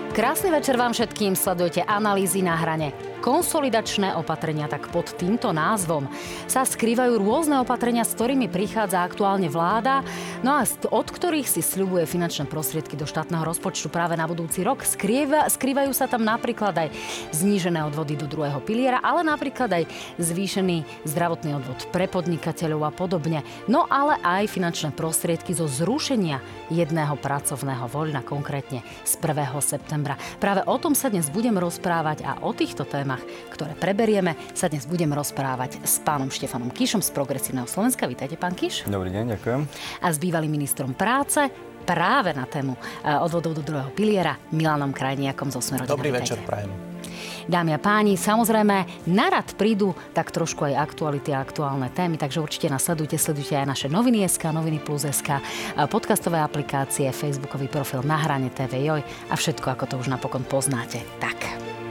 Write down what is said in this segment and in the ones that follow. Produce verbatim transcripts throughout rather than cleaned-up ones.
Krásny večer vám všetkým, sledujete Analýzy na hrane. Konsolidačné opatrenia, tak pod týmto názvom sa skrývajú rôzne opatrenia, s ktorými prichádza aktuálne vláda, no a od ktorých si sľubuje finančné prostriedky do štátneho rozpočtu práve na budúci rok. Skrýva, skrývajú sa tam napríklad aj znížené odvody do druhého piliera, ale napríklad aj zvýšený zdravotný odvod pre podnikateľov a podobne. No ale aj finančné prostriedky zo zrušenia jedného pracovného voľna, konkrétne z prvého septembra. Práve o tom sa dnes budem rozprávať a o týchto témach, ktoré preberieme, sa dnes budem rozprávať s pánom Štefanom Kišom z Progresívneho Slovenska. Vítajte, pán Kiš. Dobrý deň, ďakujem. A s bývalým ministrom práce práve na tému odvodov do druhého piliera Milanom Krajniakom zo Sme rodina. Dobrý Vítajte. večer, prajem. Dámy a páni, samozrejme, na rad prídu tak trošku aj aktuality a aktuálne témy, takže určite nás sledujte, sledujte aj naše noviny bodka es ká, noviny plus bodka es ká, podcastové aplikácie, facebookový profil Na hrane té vé Joj a všetko, ako to už napokon poznáte. Tak.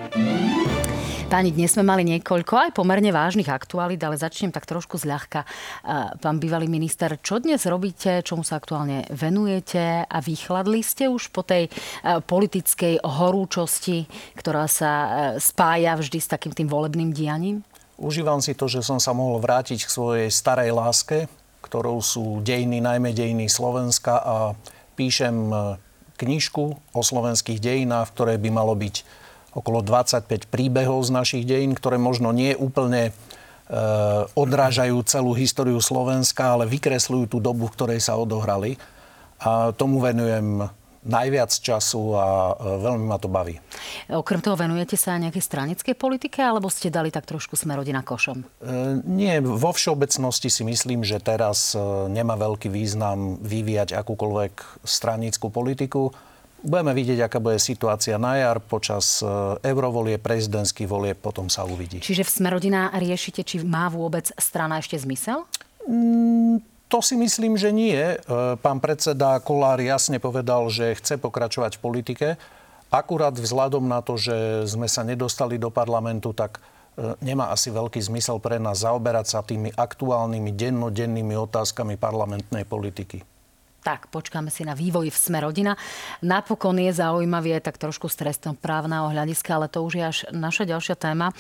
Páni, dnes sme mali niekoľko aj pomerne vážnych aktuálít, ale začnem tak trošku zľahka. Pán bývalý minister, čo dnes robíte, čomu sa aktuálne venujete a vychladli ste už po tej politickej horúčosti, ktorá sa spája vždy s takým tým volebným dianím? Užívam si to, že som sa mohol vrátiť k svojej starej láske, ktorou sú dejiny, najmä dejiny Slovenska, a píšem knižku o slovenských dejinách, v ktorej by malo byť okolo dvadsaťpäť príbehov z našich dejín, ktoré možno nie úplne e, odrážajú celú históriu Slovenska, ale vykresľujú tú dobu, v ktorej sa odohrali. A tomu venujem najviac času a e, veľmi ma to baví. Okrem toho venujete sa aj nejakej stranickej politike, alebo ste dali tak trošku Sme rodina košom? E, nie, vo všeobecnosti si myslím, že teraz e, nemá veľký význam vyvíjať akúkoľvek stranickú politiku. Budeme vidieť, aká bude situácia na jar počas eurovolie, prezidentských volieb, potom sa uvidí. Čiže v Sme rodina riešite, či má vôbec strana ešte zmysel? Mm, to si myslím, že nie. Pán predseda Kollár jasne povedal, že chce pokračovať v politike. Akurát vzhľadom na to, že sme sa nedostali do parlamentu, tak nemá asi veľký zmysel pre nás zaoberať sa tými aktuálnymi dennodennými otázkami parlamentnej politiky. Tak, počkáme si na vývoj v Sme rodina. Napokon je zaujímavý aj tak trošku z trestnoprávneho hľadiska, ale to už je až naša ďalšia téma.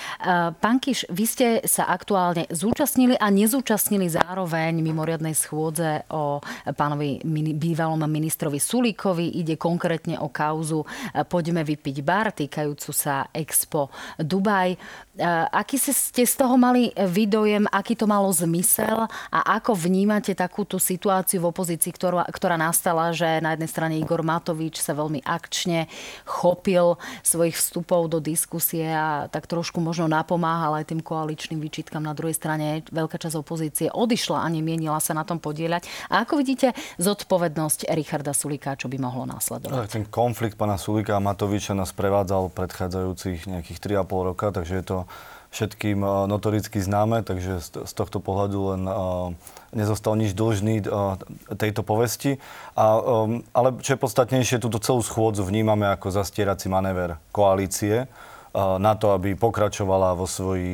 Pán Kiš, vy ste sa aktuálne zúčastnili a nezúčastnili zároveň mimoriadnej schôdze o pánovi bývalom ministrovi Sulíkovi. Ide konkrétne o kauzu Poďme vypiť bar, týkajúcu sa Expo Dubaj. Aký ste z toho mali vy dojem, aký to malo zmysel a ako vnímate takúto situáciu v opozícii, Ktorá, ktorá nastala, že na jednej strane Igor Matovič sa veľmi akčne chopil svojich vstupov do diskusie a tak trošku možno napomáhal aj tým koaličným výčitkam. Na druhej strane veľká časť opozície odišla a nemienila sa na tom podieľať. A ako vidíte zodpovednosť Richarda Sulíka, čo by mohlo následovať? Ten konflikt pána Sulíka a Matoviča nás prevádzal predchádzajúcich nejakých tri a pol roka, takže je to všetkým notoricky známe, takže z tohto pohľadu len nezostal nič dlžný tejto povesti. A, ale čo je podstatnejšie, túto celú schôdzu vnímame ako zastierací manéver koalície na to, aby pokračovala vo svojich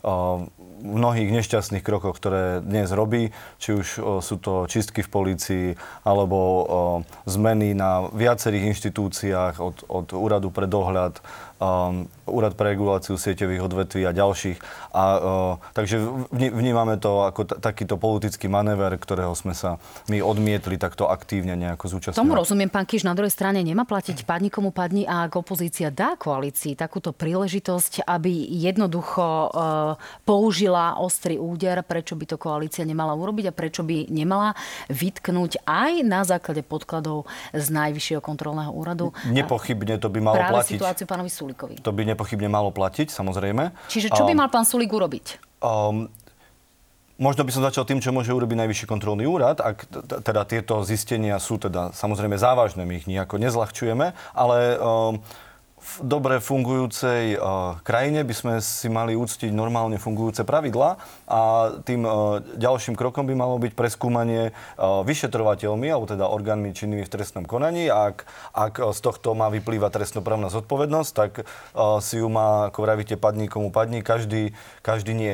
mnohých nešťastných krokoch, ktoré dnes robí. Či už sú to čistky v polícii, alebo zmeny na viacerých inštitúciách od, od úradu pre dohľad, Um, úrad pre reguláciu sieťových odvetví a ďalších. A, uh, takže vnímame to ako t- takýto politický manéver, ktorého sme sa my odmietli takto aktívne nejako zúčastňovať. Tomu rozumiem, pán Kiš, na druhej strane nemá platiť padni komu padni, a ak opozícia dá koalícii takúto príležitosť, aby jednoducho uh, použila ostrý úder, prečo by to koalícia nemala urobiť a prečo by nemala vytknúť aj na základe podkladov z Najvyššieho kontrolného úradu. Nepochybne to by malo práve platiť. Situáciu pánovi Sulíkovi. To by nepochybne malo platiť, samozrejme. Čiže čo by mal pán Sulík urobiť? Um, možno by som začal tým, čo môže urobiť Najvyšší kontrolný úrad. Ak t- teda tieto zistenia sú teda samozrejme závažné, my ich nejako nezľahčujeme, ale um, v dobre fungujúcej uh, krajine by sme si mali úctiť normálne fungujúce pravidlá a tým uh, ďalším krokom by malo byť preskúmanie uh, vyšetrovateľmi, alebo teda orgánmi činnými v trestnom konaní. Ak, ak z tohto má vyplývať trestnoprávna zodpovednosť, tak uh, si ju má, ako vravíte, padni komu padni, každý, každý niesť.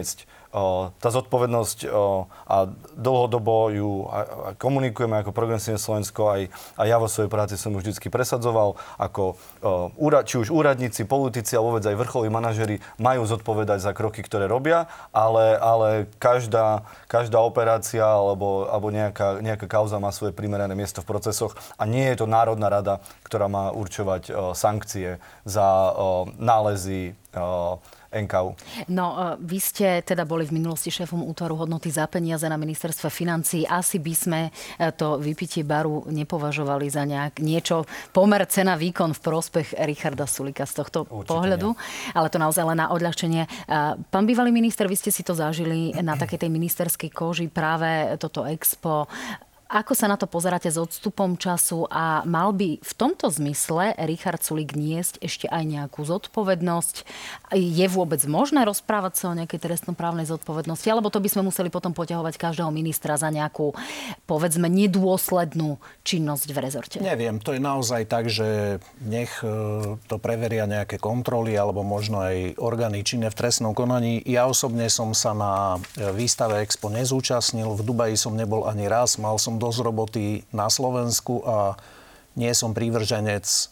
tá zodpovednosť a dlhodobo ju komunikujeme ako Progresívne Slovensko, aj, aj ja vo svojej práci som ju vždycky presadzoval, ako či už úradníci, politici, alebo vôbec aj vrcholoví manažeri majú zodpovedať za kroky, ktoré robia, ale, ale každá, každá operácia alebo, alebo nejaká, nejaká kauza má svoje primerané miesto v procesoch a nie je to Národná rada, ktorá má určovať sankcie za nálezy en ká ú. No, vy ste teda boli v minulosti šéfom útvaru hodnoty za peniaze na ministerstve financií. Asi by sme to vypitie baru nepovažovali za nejak niečo pomer cena výkon v prospech Richarda Sulíka z tohto Určite pohľadu. Nie. Ale to naozaj len na odľahčenie. Pán bývalý minister, vy ste si to zažili na takej tej ministerskej koži práve toto expo. Ako sa na to pozeráte s odstupom času a mal by v tomto zmysle Richard Sulík niesť ešte aj nejakú zodpovednosť? Je vôbec možné rozprávať sa o nejakej trestnoprávnej zodpovednosti? Alebo to by sme museli potom poťahovať každého ministra za nejakú, povedzme, nedôslednú činnosť v rezorte? Neviem, to je naozaj tak, že nech to preveria nejaké kontroly alebo možno aj orgány činné v trestnom konaní. Ja osobne som sa na výstave Expo nezúčastnil. V Dubaji som nebol ani raz. Mal som dosť roboty na Slovensku a nie som prívrženec e,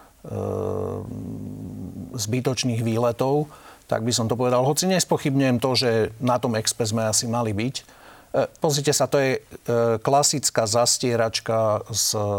zbytočných výletov, tak by som to povedal. Hoci nespochybňujem to, že na tom expe sme asi mali byť. E, pozrite sa, to je e, klasická zastieračka, s, e,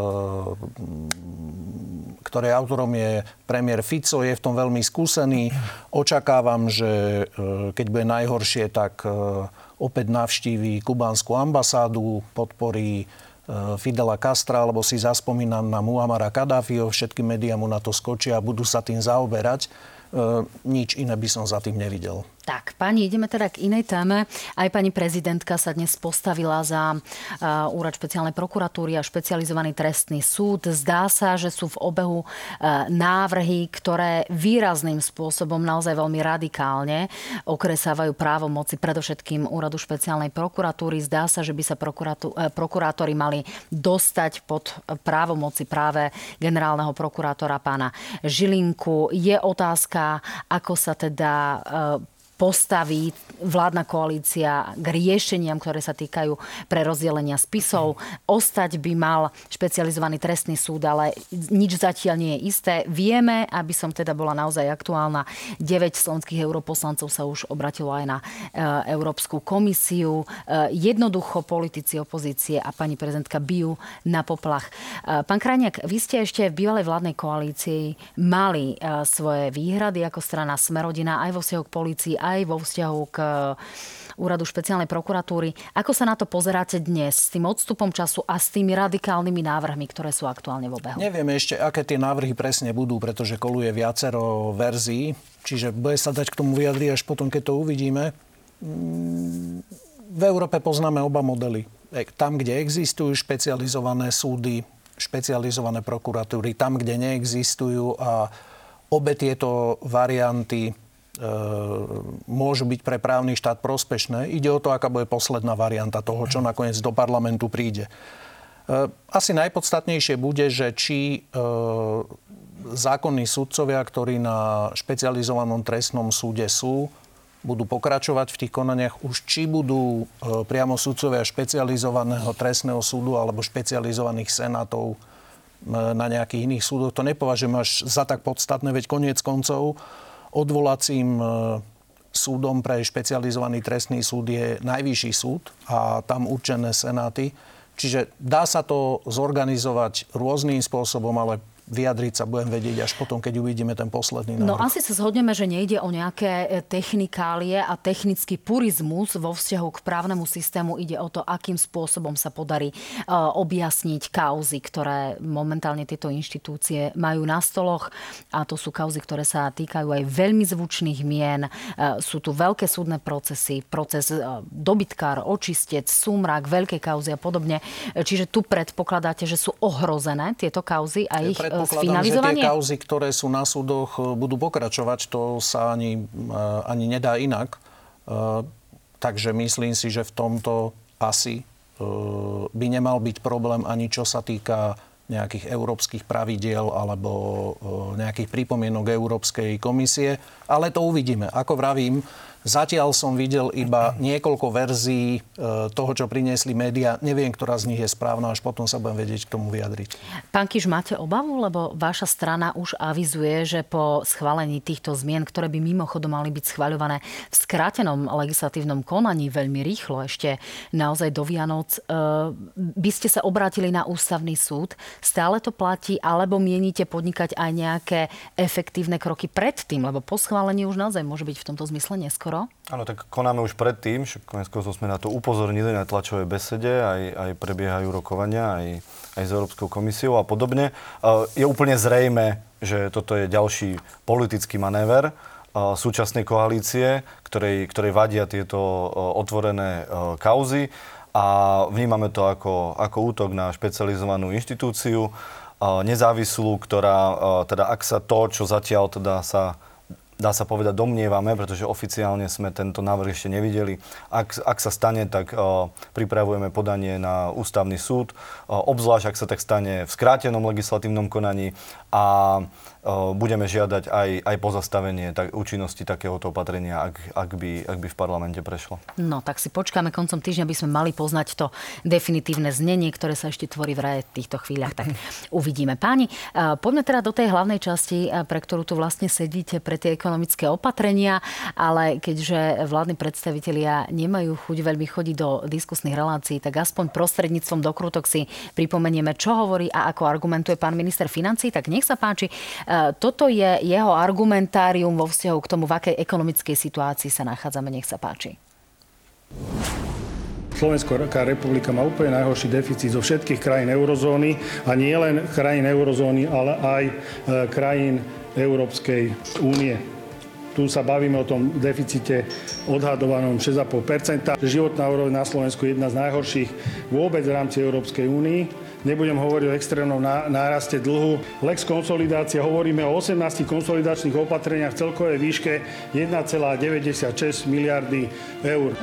ktorej autorom je premiér Fico, je v tom veľmi skúsený. Očakávam, že e, keď bude najhoršie, tak e, opäť navštíví kubánsku ambasádu, podporí Fidela Castra, alebo si zaspomínam na Muammara Kaddáfiho, všetky médiá mu na to skočia a budú sa tým zaoberať. Nič iné by som za tým nevidel. Tak, pani, ideme teda k inej téme. Aj pani prezidentka sa dnes postavila za uh, úrad špeciálnej prokuratúry a špecializovaný trestný súd. Zdá sa, že sú v obehu uh, návrhy, ktoré výrazným spôsobom, naozaj veľmi radikálne okresávajú právomoci predovšetkým úradu špeciálnej prokuratúry. Zdá sa, že by sa uh, prokurátori mali dostať pod právomoci práve generálneho prokurátora pána Žilinku. Je otázka, ako sa teda uh, postaví vládna koalícia k riešeniam, ktoré sa týkajú prerozdelenia spisov. Ostať by mal špecializovaný trestný súd, ale nič zatiaľ nie je isté. Vieme, aby som teda bola naozaj aktuálna, deväť slovenských europoslancov sa už obratilo aj na e, Európsku komisiu. E, jednoducho politici opozície a pani prezidentka bijú na poplach. E, pán Krajniak, vy ste ešte v bývalej vládnej koalícii mali e, svoje výhrady ako strana Smer-rodina aj vo vzťahu k polícii, aj vo vzťahu k úradu špeciálnej prokuratúry. Ako sa na to pozeráte dnes s tým odstupom času a s tými radikálnymi návrhmi, ktoré sú aktuálne v obehu? Nevieme ešte, aké tie návrhy presne budú, pretože koluje viacero verzií. Čiže bude sa dať k tomu vyjadriť až potom, keď to uvidíme. V Európe poznáme oba modely. Tam, kde existujú špecializované súdy, špecializované prokuratúry, tam, kde neexistujú, a obe tieto varianty môžu byť pre právny štát prospešné. Ide o to, aká bude posledná varianta toho, čo nakoniec do parlamentu príde. Asi najpodstatnejšie bude, že či zákonní sudcovia, ktorí na špecializovanom trestnom súde sú, budú pokračovať v tých konaniach, už či budú priamo sudcovia špecializovaného trestného súdu alebo špecializovaných senátov na nejakých iných súdoch. To nepovažujem až za tak podstatné, veď koniec koncov odvolacím súdom pre špecializovaný trestný súd je najvyšší súd a tam určené senáty. Čiže dá sa to zorganizovať rôznym spôsobom, ale vyjadriť sa budem vedieť až potom, keď uvidíme ten posledný návrh. No asi sa zhodneme, že nejde o nejaké technikálie a technický purizmus vo vzťahu k právnemu systému. Ide o to, akým spôsobom sa podarí uh, objasniť kauzy, ktoré momentálne tieto inštitúcie majú na stoloch. A to sú kauzy, ktoré sa týkajú aj veľmi zvučných mien. Uh, sú tu veľké súdne procesy, proces uh, dobytkár, očistec, súmrak, veľké kauzy a podobne. Čiže tu predpokladáte, že sú ohrozené tieto kauzy a ich Predpokladám, že tie kauzy, ktoré sú na súdoch, budú pokračovať. To sa ani, ani nedá inak. Takže myslím si, že v tomto asi by nemal byť problém ani čo sa týka nejakých európskych pravidiel alebo nejakých pripomienok Európskej komisie. Ale to uvidíme. Ako vravím, Zatiaľ som videl iba niekoľko verzií toho, čo priniesli médiá. Neviem, ktorá z nich je správna, až potom sa budem vedieť k tomu vyjadriť. Pán Kiš, máte obavu, lebo vaša strana už avizuje, že po schválení týchto zmien, ktoré by mimochodom mali byť schvaľované v skrátenom legislatívnom konaní veľmi rýchlo, ešte naozaj do Vianoc, by ste sa obrátili na ústavný súd. Stále to platí, alebo mienite podnikať aj nejaké efektívne kroky predtým, lebo po schválení už naozaj môže byť v tomto zmysle neskoro? Áno, tak konáme už predtým, neskôr sme na to upozornili na tlačovej besede, aj, aj prebiehajú rokovania, aj, aj s Európskou komisiou a podobne. Je úplne zrejme, že toto je ďalší politický manéver súčasnej koalície, ktorej, ktorej vadia tieto otvorené kauzy a vnímame to ako, ako útok na špecializovanú inštitúciu, nezávislú, ktorá, teda ak sa to, čo zatiaľ teda sa dá sa povedať, domnievame, pretože oficiálne sme tento návrh ešte nevideli. Ak, ak sa stane, tak uh, pripravujeme podanie na ústavný súd, uh, obzvlášť ak sa tak stane v skrátenom legislatívnom konaní a uh, budeme žiadať aj, aj pozastavenie tak, účinnosti takéhoto opatrenia, ak, ak, by, ak by v parlamente prešlo. No, tak si počkáme koncom týždňa, by sme mali poznať to definitívne znenie, ktoré sa ešte tvorí v raje v týchto chvíľach. Tak uvidíme. Páni, uh, poďme teda do tej hlavnej časti, uh, pre ktorú tu vlastne sedíte, pre tie ekonomické opatrenia, ale keďže vládni predstavitelia nemajú chuť veľmi chodiť do diskusných relácií, tak aspoň prostredníctvom dokrútok si pripomenieme, čo hovorí a ako argumentuje pán minister financií. Tak nech sa páči, toto je jeho argumentárium vo vzťahu k tomu, v akej ekonomickej situácii sa nachádzame. Nech sa páči. Slovenská republika má úplne najhorší deficit zo všetkých krajín eurozóny a nie len krajín eurozóny, ale aj krajín Európskej únie. Tu sa bavíme o tom deficite odhadovanom šesť celá päť percenta. Životná úroveň na Slovensku je jedna z najhorších vôbec v rámci Európskej únii. Nebudem hovoriť o extrémnom náraste dlhu. Lex konsolidácia, hovoríme o osemnástich konsolidačných opatreniach v celkovej výške jeden celá deväťdesiatšesť miliardy eur.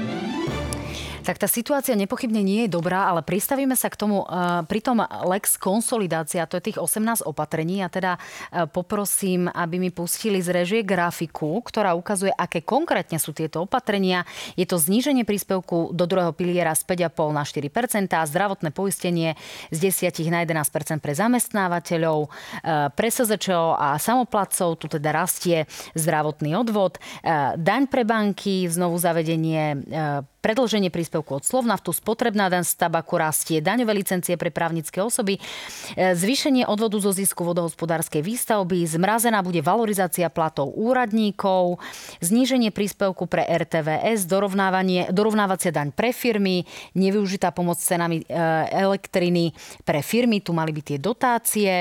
Tak tá situácia nepochybne nie je dobrá, ale pristavíme sa k tomu. Pri tom Lex konsolidácia, to je tých osemnásť opatrení. Ja teda poprosím, aby mi pustili z režie grafiku, ktorá ukazuje, aké konkrétne sú tieto opatrenia. Je to zníženie príspevku do druhého piliera z päť celá päť na štyri percentá, zdravotné poistenie z desať na jedenásť percent pre zamestnávateľov, pre es zet č o a samoplatcov, tu teda rastie zdravotný odvod, daň pre banky, znovu zavedenie, predĺženie príspevku od Slovnaftu, spotrebná daň z tabaku rastie, daňové licencie pre právnické osoby, zvýšenie odvodu zo zisku vodohospodárskej výstavby, zmrazená bude valorizácia platov úradníkov, zníženie príspevku pre er té vé es, dorovnávanie, dorovnávacia daň pre firmy, nevyužitá pomoc s cenami elektriny pre firmy, tu mali byť tie dotácie,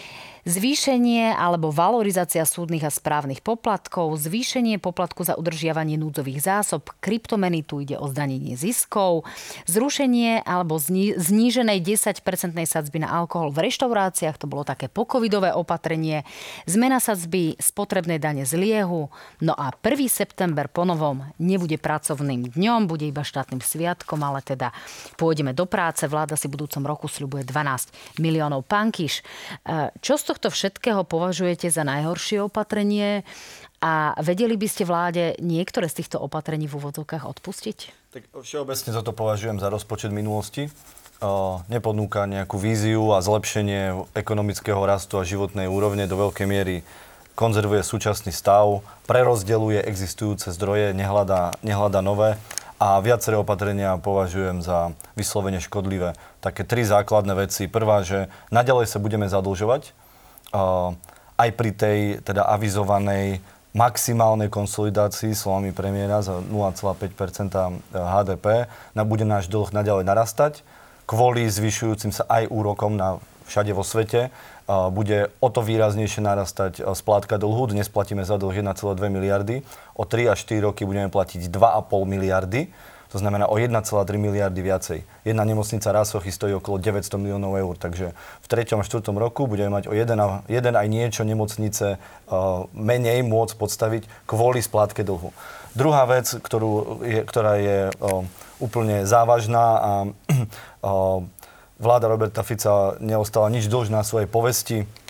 zvýšenie alebo valorizácia súdnych a správnych poplatkov, zvýšenie poplatku za udržiavanie núdzových zásob, kryptomeny, tu ide o zdanenie ziskov, zrušenie alebo zníženej desaťpercentnej sadzby na alkohol v reštauráciách, to bolo také pocovidové opatrenie, zmena sadzby spotrebnej dane z liehu, no a prvý september ponovom nebude pracovným dňom, bude iba štátnym sviatkom, ale teda pôjdeme do práce, vláda si v budúcom roku sľubuje dvanásť miliónov. Pán Kiš, čo z tohto všetkého považujete za najhoršie opatrenie a vedeli by ste vláde niektoré z týchto opatrení v úvodzovkách odpustiť? Tak všeobecne toto považujem za rozpočet minulosti. Nepodnúka nejakú víziu a zlepšenie ekonomického rastu a životnej úrovne, do veľkej miery konzervuje súčasný stav, prerozdeľuje existujúce zdroje, nehľadá, nehľadá nové. A viaceré opatrenia považujem za vyslovene škodlivé. Také tri základné veci. Prvá, že naďalej sa budeme zadlžovať. Uh, aj pri tej teda avizovanej maximálnej konsolidácii slovami premiéra za nula celá päť percenta há dé pé bude náš dlh naďalej narastať. Kvôli zvyšujúcim sa aj úrokom na všade vo svete uh, bude o to výraznejšie narastať uh, splátka dlhu. Dnes platíme za dlh jeden celá dva miliardy. O tri až štyri roky budeme platiť dva celá päť miliardy. To znamená o jeden celá tri miliardy viacej. Jedna nemocnica Rásochy stojí okolo deväťsto miliónov eur, takže v treťom a štvrtom roku budeme mať o jeden, jeden aj niečo nemocnice uh, menej môcť podstaviť kvôli splátke dlhu. Druhá vec, ktorú je, ktorá je uh, úplne závažná a uh, vláda Roberta Fica neostala nič dlžná svojej povesti.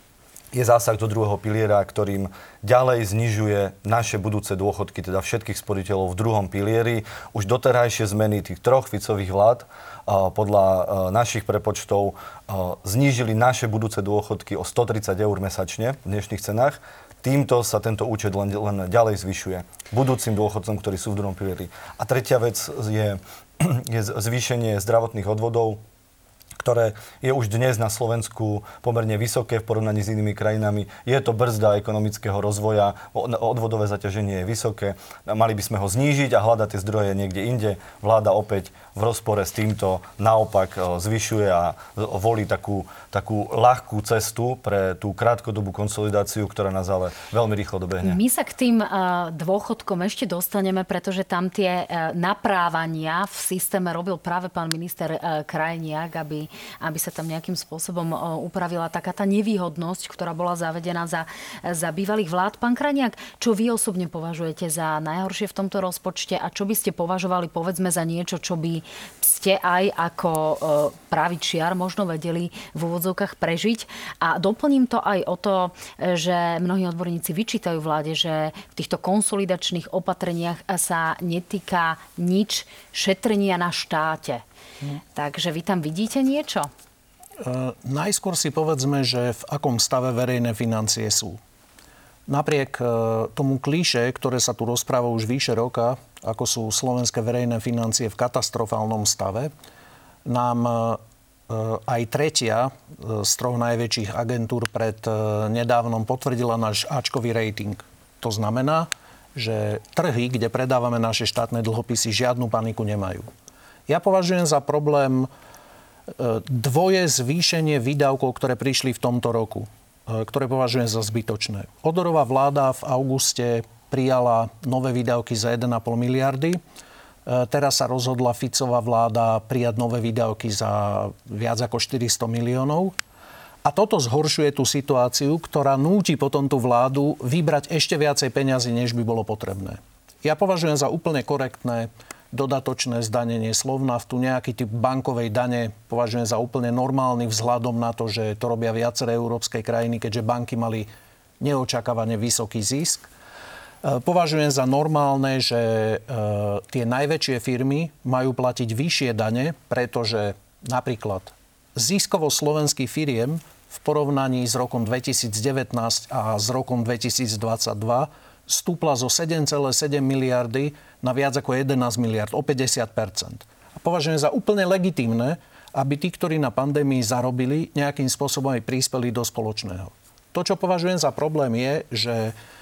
je zásah do druhého piliera, ktorým ďalej znižuje naše budúce dôchodky, teda všetkých sporiteľov v druhom pilieri. Už doterajšie zmeny tých troch Ficových vlád podľa našich prepočtov znížili naše budúce dôchodky o stotridsať eur mesačne v dnešných cenách. Týmto sa tento účet len, len ďalej zvyšuje budúcim dôchodcom, ktorí sú v druhom pilieri. A tretia vec je, je zvýšenie zdravotných odvodov, ktoré je už dnes na Slovensku pomerne vysoké v porovnaní s inými krajinami. Je to brzda ekonomického rozvoja, odvodové zaťaženie je vysoké. Mali by sme ho znížiť a hľadať tie zdroje niekde inde. Vláda opäť v rozpore s týmto naopak zvyšuje a volí takú, takú ľahkú cestu pre tú krátkodobú konsolidáciu, ktorá nás ale veľmi rýchlo dobehne. My sa k tým dôchodkom ešte dostaneme, pretože tam tie naprávania v systéme robil práve pán minister Krajniak, aby aby sa tam nejakým spôsobom upravila taká tá nevýhodnosť, ktorá bola zavedená za, za bývalých vlád. Pán Krajniak, čo vy osobne považujete za najhoršie v tomto rozpočte a čo by ste považovali, povedzme, za niečo, čo by ste aj ako pravičiar možno vedeli v úvodzovkách prežiť? A doplním to aj o to, že mnohí odborníci vyčítajú vláde, že v týchto konsolidačných opatreniach sa netýka nič šetrenia na štáte. Hmm. Takže vy tam vidíte niečo? E, najskôr si povedzme, že v akom stave verejné financie sú. Napriek e, tomu klíše, ktoré sa tu rozpráva už vyše roka, ako sú slovenské verejné financie v katastrofálnom stave, nám e, aj tretia z troch najväčších agentúr pred e, nedávnom potvrdila náš áčkový rating. To znamená, že trhy, kde predávame naše štátne dlhopisy, žiadnu paniku nemajú. Ja považujem za problém dvoje zvýšenie výdavkov, ktoré prišli v tomto roku, ktoré považujem za zbytočné. Odorová vláda v auguste prijala nové výdavky za jeden a pol miliardy. Teraz sa rozhodla Ficová vláda prijať nové výdavky za viac ako štyristo miliónov. A toto zhoršuje tú situáciu, ktorá núti potom tú vládu vybrať ešte viacej peňazí, než by bolo potrebné. Ja považujem za úplne korektné dodatočné zdanenie Slovnaftu, nejaký typ bankovej dane považujem za úplne normálny vzhľadom na to, že to robia viaceré európske krajiny, keďže banky mali neočakávane vysoký zisk. Považujem za normálne, že tie najväčšie firmy majú platiť vyššie dane, pretože napríklad ziskovo slovenských firiem v porovnaní s rokom dvetisícdevätnásť a s rokom dvetisícdvadsaťdva stúpla zo sedem celá sedem miliardy na viac ako jedenásť miliard, o päťdesiat percent. A považujem za úplne legitímne, aby tí, ktorí na pandémii zarobili, nejakým spôsobom aj prispeli do spoločného. To, čo považujem za problém, je, že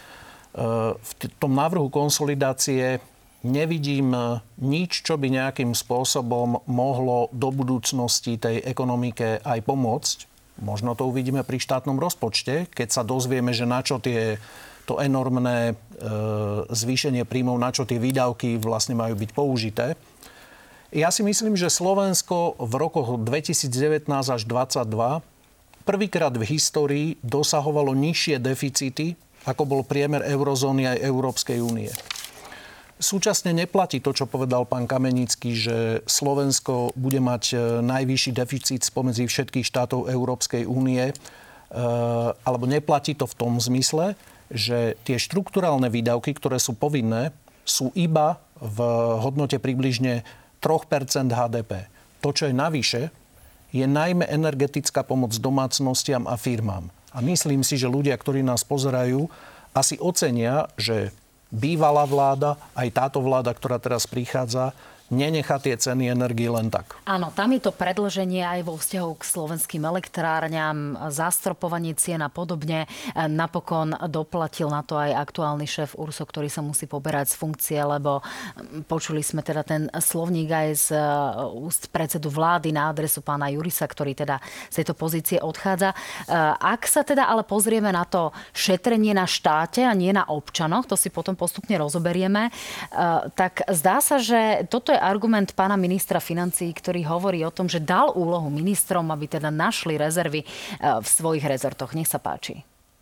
v tom návrhu konsolidácie nevidím nič, čo by nejakým spôsobom mohlo do budúcnosti tej ekonomike aj pomôcť. Možno to uvidíme pri štátnom rozpočte, keď sa dozvieme, že na čo tie to enormné e, zvýšenie príjmov, na čo tie výdavky vlastne majú byť použité. Ja si myslím, že Slovensko v rokoch dvetisícdevätnásť až dvadsaťdva prvýkrát v histórii dosahovalo nižšie deficity, ako bol priemer eurozóny aj Európskej únie. Súčasne neplatí to, čo povedal pán Kamenický, že Slovensko bude mať najvyšší deficit spomedzi všetkých štátov Európskej únie, e, alebo neplatí to v tom zmysle, že tie štrukturálne výdavky, ktoré sú povinné, sú iba v hodnote približne tri percentá há dé pé. To, čo je navyše, je najmä energetická pomoc domácnostiam a firmám. A myslím si, že ľudia, ktorí nás pozerajú, asi ocenia, že bývalá vláda, aj táto vláda, ktorá teraz prichádza, nenechá tie ceny energii len tak. Áno, tam je to predĺženie aj vo vzťahu k slovenským elektrárňam, zastropovanie cien a podobne. Napokon doplatil na to aj aktuálny šéf Urso, ktorý sa musí poberať z funkcie, lebo počuli sme teda ten slovník aj z úst predsedu vlády na adresu pána Jurisa, ktorý teda z tejto pozície odchádza. Ak sa teda ale pozrieme na to šetrenie na štáte a nie na občanoch, to si potom postupne rozoberieme, tak zdá sa, že toto je argument pána ministra financií, ktorý hovorí o tom, že dal úlohu ministrom, aby teda našli rezervy v svojich rezortoch. Nech sa páči.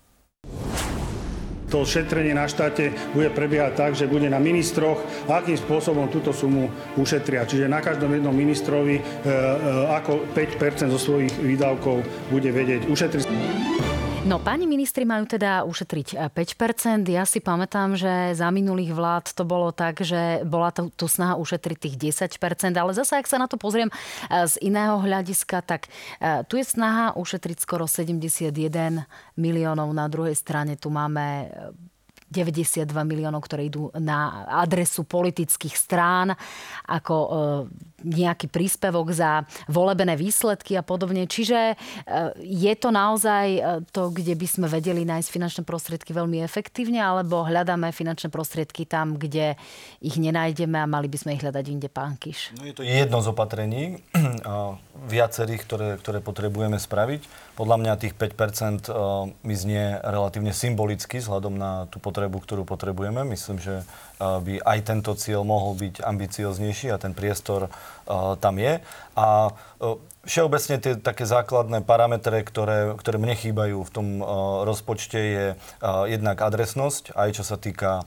To šetrenie na štáte bude prebiehať tak, že bude na ministroch, akým spôsobom túto sumu ušetria. Čiže na každom jednom ministrovi e, e, ako päť percent zo svojich výdavkov bude vedieť ušetriť. No, páni ministri majú teda ušetriť päť percent. Ja si pamätám, že za minulých vlád to bolo tak, že bola to, to snaha ušetriť tých desať percent. Ale zase, ak sa na to pozriem z iného hľadiska, tak tu je snaha ušetriť skoro sedemdesiatjeden miliónov. Na druhej strane tu máme deväťdesiatdva miliónov, ktoré idú na adresu politických strán ako e, nejaký príspevok za volebné výsledky a podobne. Čiže e, je to naozaj to, kde by sme vedeli nájsť finančné prostriedky veľmi efektívne, alebo hľadáme finančné prostriedky tam, kde ich nenájdeme a mali by sme ich hľadať inde, pán Kiš? No je to jedno z opatrení viacerých, ktoré, ktoré potrebujeme spraviť. Podľa mňa tých päť percent mi znie relatívne symbolicky vzhľadom na tú potrebu, ktorú potrebujeme. Myslím, že by aj tento cieľ mohol byť ambicioznejší a ten priestor tam je. A všeobecne tie také základné parametre, ktoré, ktoré mne chýbajú v tom rozpočte, je jednak adresnosť, aj čo sa týka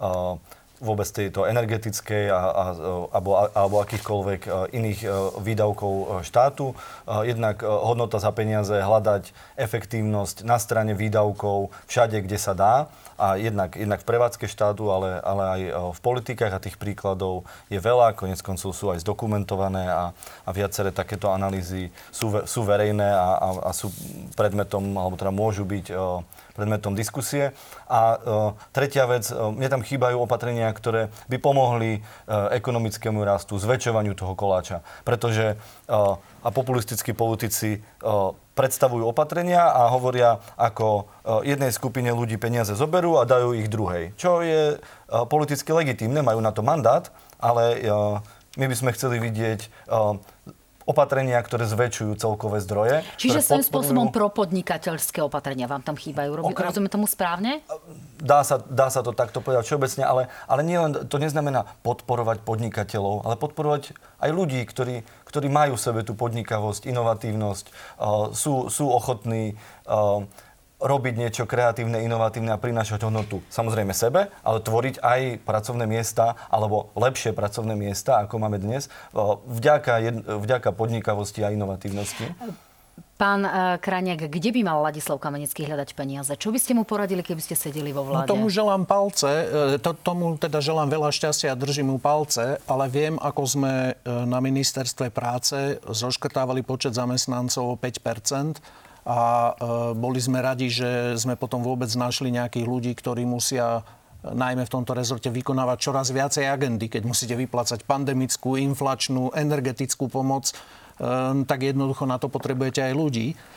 vôbec tejto energetickej a, a, alebo, alebo akýchkoľvek iných výdavkov štátu. Jednak hodnota za peniaze, hľadať efektívnosť na strane výdavkov všade, kde sa dá. A jednak, jednak v prevádzke štátu, ale, ale aj v politikách a tých príkladov je veľa. Konec koncov sú aj zdokumentované a, a viaceré takéto analýzy sú, sú verejné a, a, a sú predmetom, alebo teda môžu byť predmetom diskusie. A uh, tretia vec, uh, mne tam chýbajú opatrenia, ktoré by pomohli uh, ekonomickému rastu, zväčšovaniu toho koláča. Pretože uh, a populistickí politici uh, predstavujú opatrenia a hovoria, ako uh, jednej skupine ľudí peniaze zoberú a dajú ich druhej. Čo je uh, politicky legitímne, majú na to mandát, ale uh, my by sme chceli vidieť uh, opatrenia, ktoré zväčšujú celkové zdroje. Čiže svojím spôsobom propodnikateľské opatrenia vám tam chýbajú. Robí, Okrem... Rozumiem tomu správne? Dá sa, dá sa to takto povedať všeobecne, ale, ale nie len, to neznamená podporovať podnikateľov, ale podporovať aj ľudí, ktorí, ktorí majú v sebe tú podnikavosť, inovatívnosť, uh, sú, sú ochotní uh, robiť niečo kreatívne, inovatívne a prinášať hodnotu samozrejme sebe, ale tvoriť aj pracovné miesta, alebo lepšie pracovné miesta, ako máme dnes, vďaka, vďaka podnikavosti a inovatívnosti. Pán Krajniak, kde by mal Ladislav Kamenický hľadať peniaze? Čo by ste mu poradili, keby ste sedeli vo vláde? No tomu želám palce, to, tomu teda želám veľa šťastia a držím mu palce, ale viem, ako sme na ministerstve práce zoškrtávali počet zamestnancov o päť percent. A e, boli sme radi, že sme potom vôbec našli nejakých ľudí, ktorí musia najmä v tomto rezorte vykonávať čoraz viacej agendy. Keď musíte vyplácať pandemickú, inflačnú, energetickú pomoc, e, tak jednoducho na to potrebujete aj ľudí. E,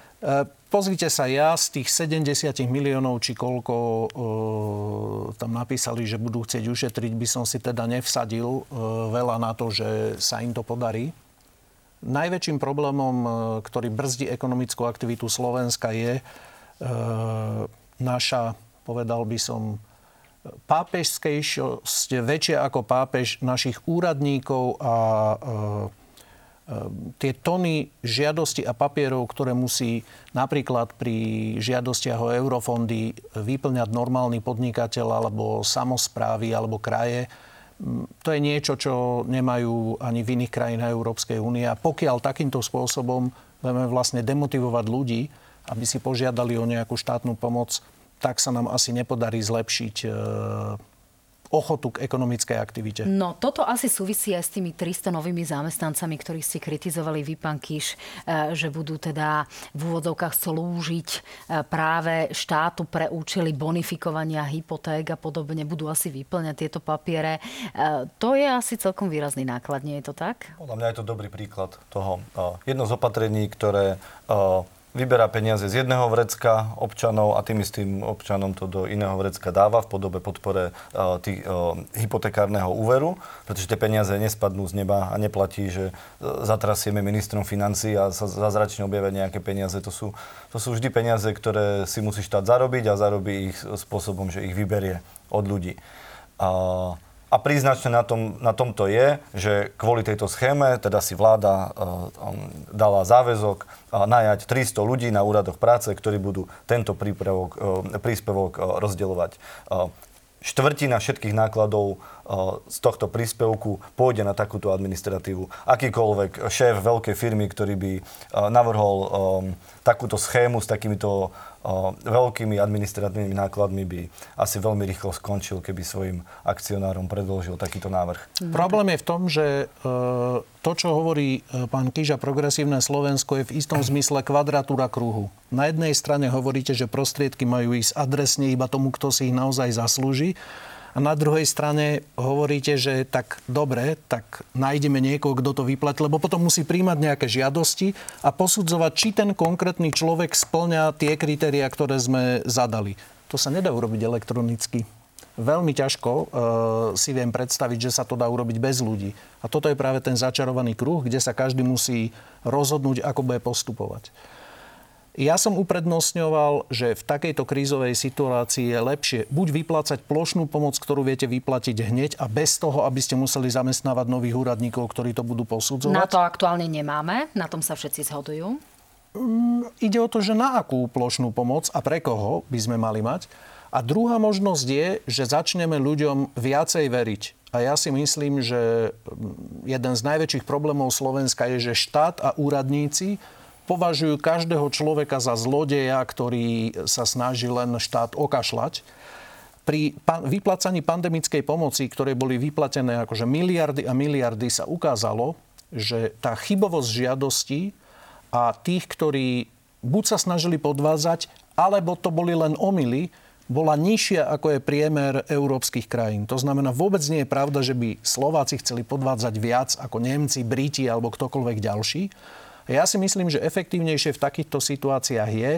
pozrite sa, ja z tých sedemdesiat miliónov, či koľko e, tam napísali, že budú chcieť ušetriť, by som si teda nevsadil e, veľa na to, že sa im to podarí. Najväčším problémom, ktorý brzdí ekonomickú aktivitu Slovenska, je e, naša, povedal by som, pápežskejšosť, väčšia ako pápež našich úradníkov a e, e, tie tony žiadosti a papierov, ktoré musí napríklad pri žiadostiach o eurofondy vyplňať normálny podnikateľ alebo samosprávy alebo kraje. To je niečo, čo nemajú ani v iných krajinách Európskej únie. A pokiaľ takýmto spôsobom budeme vlastne demotivovať ľudí, aby si požiadali o nejakú štátnu pomoc, tak sa nám asi nepodarí zlepšiť e, ochotu k ekonomickej aktivite. No, toto asi súvisí aj s tými tristo novými zamestnancami, ktorých ste kritizovali vy, pán Kiš, že budú teda v úvodzovkách slúžiť práve štátu pre účely bonifikovania hypoték a podobne. Budú asi vyplňať tieto papiere. To je asi celkom výrazný náklad, nie je to tak? Podľa mňa je to dobrý príklad toho. Jedno z opatrení, ktoré vyberá peniaze z jedného vrecka občanov a tým istým občanom to do iného vrecka dáva v podobe podpore uh, tý, uh, hypotekárneho úveru, pretože tie peniaze nespadnú z neba a neplatí, že uh, zatrasieme ministrom financií a sa zázračne objavia nejaké peniaze. To sú, to sú vždy peniaze, ktoré si musí štát zarobiť a zarobí ich spôsobom, že ich vyberie od ľudí. Uh, A príznačné na, tom, na tomto je, že kvôli tejto schéme teda si vláda uh, dala záväzok uh, najať tristo ľudí na úradoch práce, ktorí budú tento príspevok, uh, príspevok uh, rozdeľovať. Uh, štvrtina všetkých nákladov uh, z tohto príspevku pôjde na takúto administratívu. Akýkoľvek šéf veľkej firmy, ktorý by uh, navrhol um, takúto schému s takýmito o, veľkými administratívnymi nákladmi by asi veľmi rýchlo skončil, keby svojim akcionárom predložil takýto návrh. No. Problém je v tom, že e, to, čo hovorí pán Kiž a Progresívne Slovensko, je v istom zmysle kvadratúra kruhu. Na jednej strane hovoríte, že prostriedky majú ísť adresne iba tomu, kto si ich naozaj zaslúži. A na druhej strane hovoríte, že tak dobre, tak nájdeme niekoho, kto to vyplatí, lebo potom musí príjmať nejaké žiadosti a posudzovať, či ten konkrétny človek spĺňa tie kritériá, ktoré sme zadali. To sa nedá urobiť elektronicky. Veľmi ťažko e, si viem predstaviť, že sa to dá urobiť bez ľudí. A toto je práve ten začarovaný kruh, kde sa každý musí rozhodnúť, ako bude postupovať. Ja som uprednostňoval, že v takejto krízovej situácii je lepšie buď vyplácať plošnú pomoc, ktorú viete vyplatiť hneď a bez toho, aby ste museli zamestnávať nových úradníkov, ktorí to budú posudzovať. Na to aktuálne nemáme, na tom sa všetci zhodujú. Mm, ide o to, že na akú plošnú pomoc a pre koho by sme mali mať. A druhá možnosť je, že začneme ľuďom viacej veriť. A ja si myslím, že jeden z najväčších problémov Slovenska je, že štát a úradníci považujú každého človeka za zlodeja, ktorý sa snaží len štát okašľať. Pri pan- vyplácaní pandemickej pomoci, ktoré boli vyplatené akože miliardy a miliardy, sa ukázalo, že tá chybovosť žiadostí a tých, ktorí buď sa snažili podvádzať, alebo to boli len omyly, bola nižšia, ako je priemer európskych krajín. To znamená, vôbec nie je pravda, že by Slováci chceli podvádzať viac ako Nemci, Briti alebo ktokoľvek ďalší. Ja si myslím, že efektívnejšie v takýchto situáciách je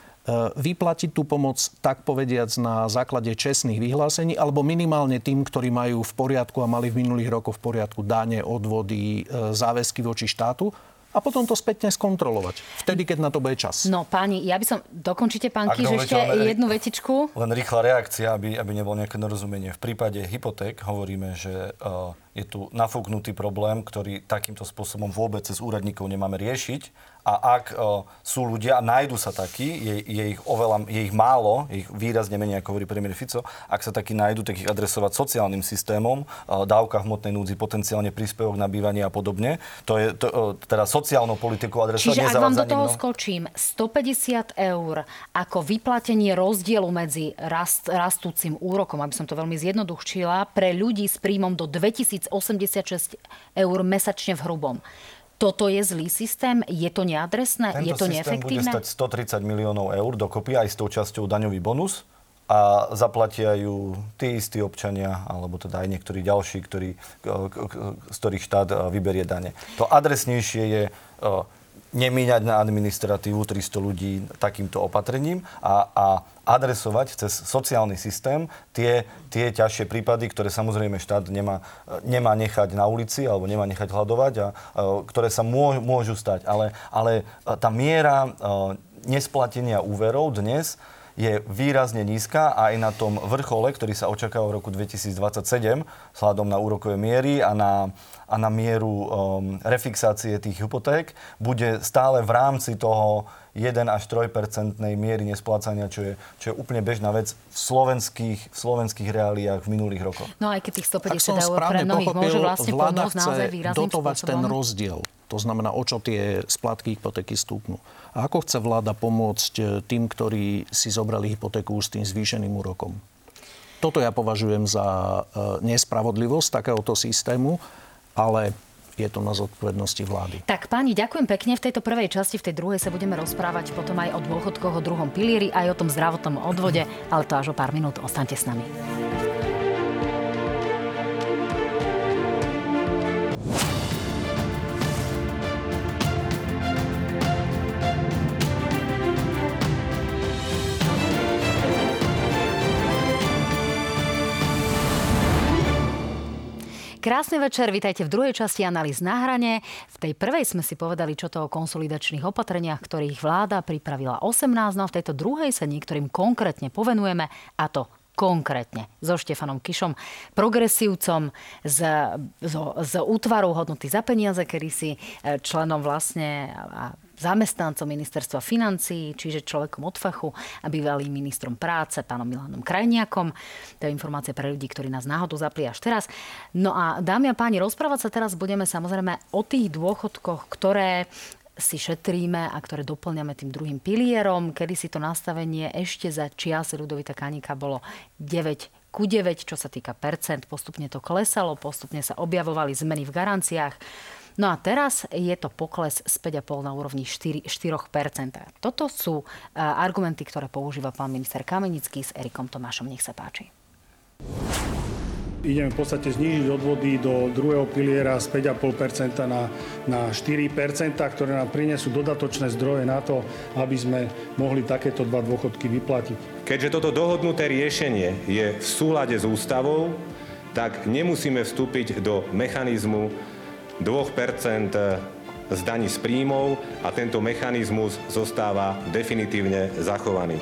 vyplatiť tú pomoc, tak povediac, na základe čestných vyhlásení, alebo minimálne tým, ktorí majú v poriadku a mali v minulých rokoch v poriadku dane, odvody, záväzky voči štátu. A potom to spätne skontrolovať. Vtedy, keď na to bude čas. No páni, ja by som... Dokončite, pán Kiž, ešte len, jednu vetičku. Len rýchla reakcia, aby, aby nebolo nejaké nerozumenie. V prípade hypoték hovoríme, že uh, je tu nafúknutý problém, ktorý takýmto spôsobom vôbec cez úradníkov nemáme riešiť. A ak uh, sú ľudia, a nájdu sa takí, je, je ich oveľa, je ich málo, je ich výrazne menej, ako hovorí premiér Fico, ak sa takí nájdu, tak ich adresovať sociálnym systémom, uh, dávka hmotnej núdzi, potenciálne príspevok na bývanie a podobne. To je to, uh, teda sociálnou politikou adresovať. Čiže ak vám do toho skočím, stopäťdesiat eur ako vyplatenie rozdielu medzi rast, rastúcim úrokom, aby som to veľmi zjednoduchšila, pre ľudí s príjmom do dvetisícosemdesiatšesť eur mesačne v hrubom. Toto je zlý systém? Je to neadresné? Tento je to systém neefektívne? bude stať stotridsať miliónov eur dokopy aj s tou časťou daňový bonus a zaplatia ju tí istí občania, alebo teda aj niektorí ďalší, ktorí, z ktorých štát vyberie dane. To adresnejšie je nemíňať na administratívu tristo ľudí takýmto opatrením a, a adresovať cez sociálny systém tie, tie ťažšie prípady, ktoré samozrejme štát nemá, nemá nechať na ulici alebo nemá nechať hľadovať a, a ktoré sa môžu, môžu stať. Ale, ale tá miera a, nesplatenia úverov dnes je výrazne nízka a aj na tom vrchole, ktorý sa očakáva v roku dvetisícdvadsaťsedem, vzhľadom na úrokové miery a na, a na mieru um, refixácie tých hypoték, bude stále v rámci toho jeden až tri percentá miery nesplácania, čo je, čo je úplne bežná vec v slovenských, v slovenských reáliách v minulých rokoch. No aj keď tých stopäťdesiat eur pre mnohých môže vlastne pomôcť naozaj výrazným dotovať spôsobom. Ten rozdiel. To znamená, o čo tie splátky hypotéky stúpnú. A ako chce vláda pomôcť tým, ktorí si zobrali hypotéku už s tým zvýšeným úrokom? Toto ja považujem za nespravodlivosť takéhoto systému, ale je to na zodpovednosti vlády. Tak páni, ďakujem pekne. V tejto prvej časti, v tej druhej sa budeme rozprávať potom aj o dôchodkoch, o druhom pilieri, aj o tom zdravotnom odvode, ale to až o pár minút. Ostaňte s nami. Krásny večer, vítajte v druhej časti Analýz na hrane. V tej prvej sme si povedali, čo to o konsolidačných opatreniach, ktorých vláda pripravila osemnásť, no v tejto druhej sa niektorým konkrétne povenujeme, a to konkrétne so Štefanom Kišom, progresívcom z, z, z útvaru hodnoty za peniaze, ktorý si členom vlastne a zamestnancom ministerstva financií, čiže človekom od fachu a bývalým ministrom práce, pánom Milanom Krajniakom. To je informácia pre ľudí, ktorí nás náhodou zapli až teraz. No a dámy a páni, rozprávať sa teraz budeme samozrejme o tých dôchodkoch, ktoré si šetríme a ktoré doplňame tým druhým pilierom. Kedy si to nastavenie ešte za čias Ľudovita Kaníka bolo deväť ku deväť, čo sa týka percent. Postupne to klesalo, postupne sa objavovali zmeny v garanciách. No a teraz je to pokles z päť celá päť na úrovni štyri percent. Toto sú argumenty, ktoré používa pán minister Kamenický s Erikom Tomášom. Nech sa páči. Ideme v podstate znížiť odvody do druhého piliera z päť celá päť percent na, na štyri percentá, ktoré nám prinesú dodatočné zdroje na to, aby sme mohli takéto dva dôchodky vyplatiť. Keďže toto dohodnuté riešenie je v súlade s ústavou, tak nemusíme vstúpiť do mechanizmu dva percentá z daní z príjmov a tento mechanizmus zostáva definitívne zachovaný.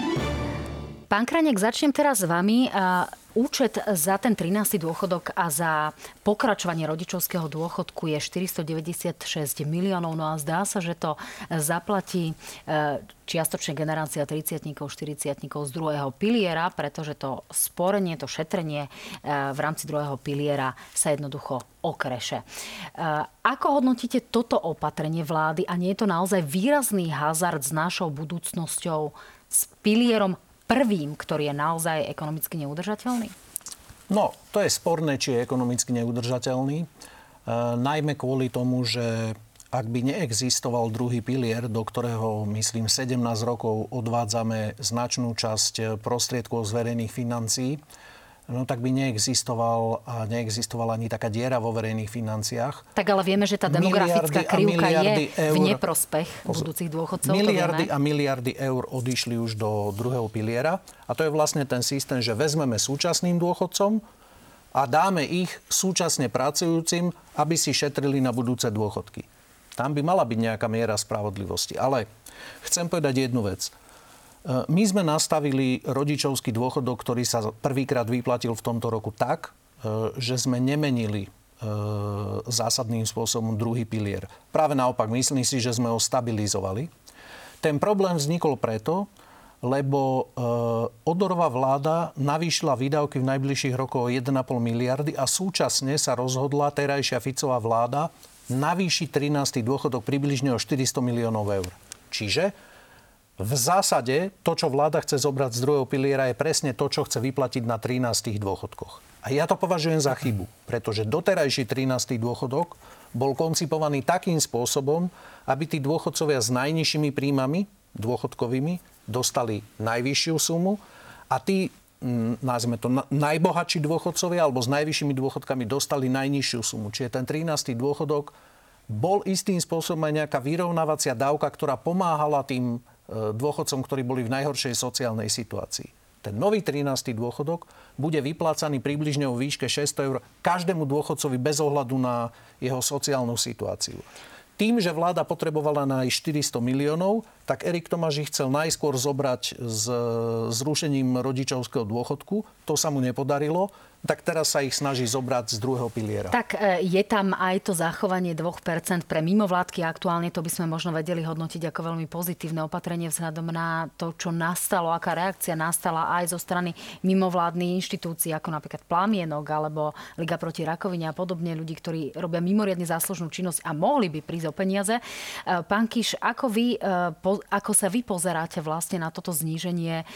Pán Krajniak, začnem teraz s vami. Účet za ten trinásty dôchodok a za pokračovanie rodičovského dôchodku je štyristodeväťdesiatšesť miliónov. No a zdá sa, že to zaplatí čiastočne generácia tridsiatnikov, štyridsiatnikov z druhého piliera, pretože to sporenie, to šetrenie v rámci druhého piliera sa jednoducho okreše. Ako hodnotíte toto opatrenie vlády a nie je to naozaj výrazný hazard s našou budúcnosťou, s pilierom prvým, ktorý je naozaj ekonomicky neudržateľný? No, to je sporné, či je ekonomicky neudržateľný. E, najmä kvôli tomu, že ak by neexistoval druhý pilier, do ktorého, myslím, sedemnásť rokov odvádzame značnú časť prostriedkov z verejných financií, no tak by neexistoval a neexistovala ani taká diera vo verejných financiách. Tak ale vieme, že tá demografická krivka je eur, v neprospech budúcich dôchodcov. Miliardy a miliardy eur odišli už do druhého piliera. A to je vlastne ten systém, že vezmeme súčasným dôchodcom a dáme ich súčasne pracujúcim, aby si šetrili na budúce dôchodky. Tam by mala byť nejaká miera spravodlivosti. Ale chcem povedať jednu vec. My sme nastavili rodičovský dôchodok, ktorý sa prvýkrát vyplatil v tomto roku tak, že sme nemenili zásadným spôsobom druhý pilier. Práve naopak, myslím si, že sme ho stabilizovali. Ten problém vznikol preto, lebo Odorová vláda navýšila výdavky v najbližších rokoch o jeden celá päť miliardy a súčasne sa rozhodla terajšia Ficová vláda navýšiť trinásty dôchodok približne o štyristo miliónov eur. Čiže v zásade to, čo vláda chce zobrať z druhého piliera, je presne to, čo chce vyplatiť na trinástych dôchodkoch. A ja to považujem za chybu, pretože doterajší trinásty dôchodok bol koncipovaný takým spôsobom, aby tí dôchodcovia s najnižšími príjmami dôchodkovými dostali najvyššiu sumu a tí, nazvime to, najbohatší dôchodcovia alebo s najvyššími dôchodkami dostali najnižšiu sumu. Čiže ten trinásty dôchodok bol istým spôsobom aj nejaká vyrovnávacia dávka, ktorá pomáhala tým dôchodcom, ktorí boli v najhoršej sociálnej situácii. Ten nový trinásty dôchodok bude vyplácaný približne o výške šesťsto eur každému dôchodcovi bez ohľadu na jeho sociálnu situáciu. Tým, že vláda potrebovala nájsť štyristo miliónov, tak Erik Tomáš ich chcel najskôr zobrať s zrušením rodičovského dôchodku. To sa mu nepodarilo, tak teraz sa ich snaží zobrať z druhého piliera. Tak je tam aj to zachovanie dva percentá pre mimovládky. Aktuálne to by sme možno vedeli hodnotiť ako veľmi pozitívne opatrenie vzhľadom na to, čo nastalo, aká reakcia nastala aj zo strany mimovládnych inštitúcií, ako napríklad Plamienok alebo Liga proti rakovine a podobne, ľudí, ktorí robia mimoriadne záslužnú činnosť a mohli by prísť o peniaze. Pán Kiš, ako, vy, ako sa vy pozeráte vlastne na toto zníženie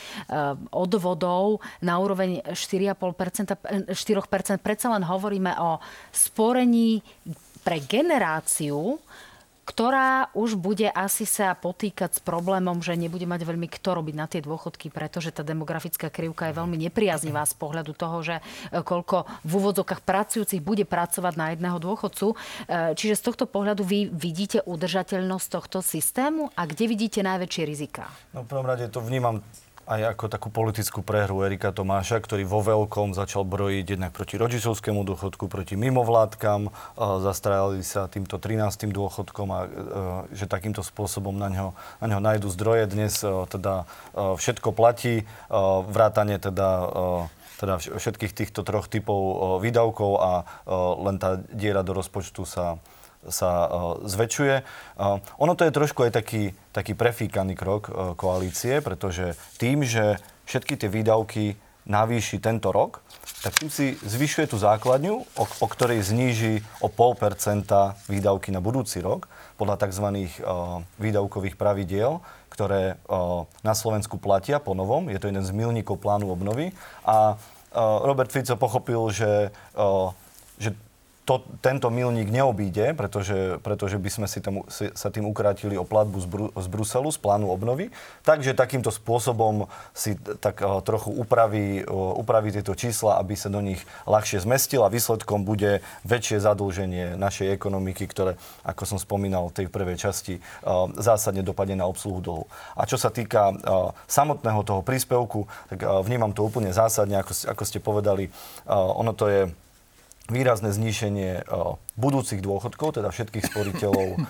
odvodov na úroveň štyri celá päť percenta, štyri percentá? Predsa len hovoríme o sporení pre generáciu, ktorá už bude asi sa potýkať s problémom, že nebude mať veľmi kto robiť na tie dôchodky, pretože tá demografická krivka je veľmi nepriaznivá z pohľadu toho, že koľko v úvodzovkách pracujúcich bude pracovať na jedného dôchodcu. Čiže z tohto pohľadu vy vidíte udržateľnosť tohto systému a kde vidíte najväčšie riziká? No v prvom rade to vnímam aj ako takú politickú prehru Erika Tomáša, ktorý vo veľkom začal brojiť jednak proti rodičovskému dôchodku, proti mimovládkam, zastrajali sa týmto trinásty dôchodkom a že takýmto spôsobom na ňo, na ňo nájdu zdroje. Dnes teda všetko platí, vrátane teda teda všetkých týchto troch typov výdavkov a len tá diera do rozpočtu sa sa uh, zväčšuje. Uh, ono to je trošku aj taký, taký prefíkaný krok uh, koalície, pretože tým, že všetky tie výdavky navýši tento rok, tak tým si zvyšuje tú základňu, o, o ktorej zníži o pol percenta výdavky na budúci rok podľa tzv. Uh, výdavkových pravidiel, ktoré uh, na Slovensku platia po novom. Je to jeden z milníkov plánu obnovy. A uh, Robert Fico pochopil, že, uh, že to, tento milník neobíde, pretože, pretože by sme si, tam, si sa tým ukrátili o platbu z, Bru, z Bruselu, z plánu obnovy. Takže takýmto spôsobom si tak uh, trochu upraví, uh, upraví tieto čísla, aby sa do nich ľahšie zmestil a výsledkom bude väčšie zadlženie našej ekonomiky, ktoré, ako som spomínal v tej prvej časti, uh, zásadne dopadne na obsluhu dlhu. A čo sa týka uh, samotného toho príspevku, tak uh, vnímam to úplne zásadne, ako, ako ste povedali, uh, ono to je výrazné zníženie uh, budúcich dôchodkov, teda všetkých sporiteľov uh,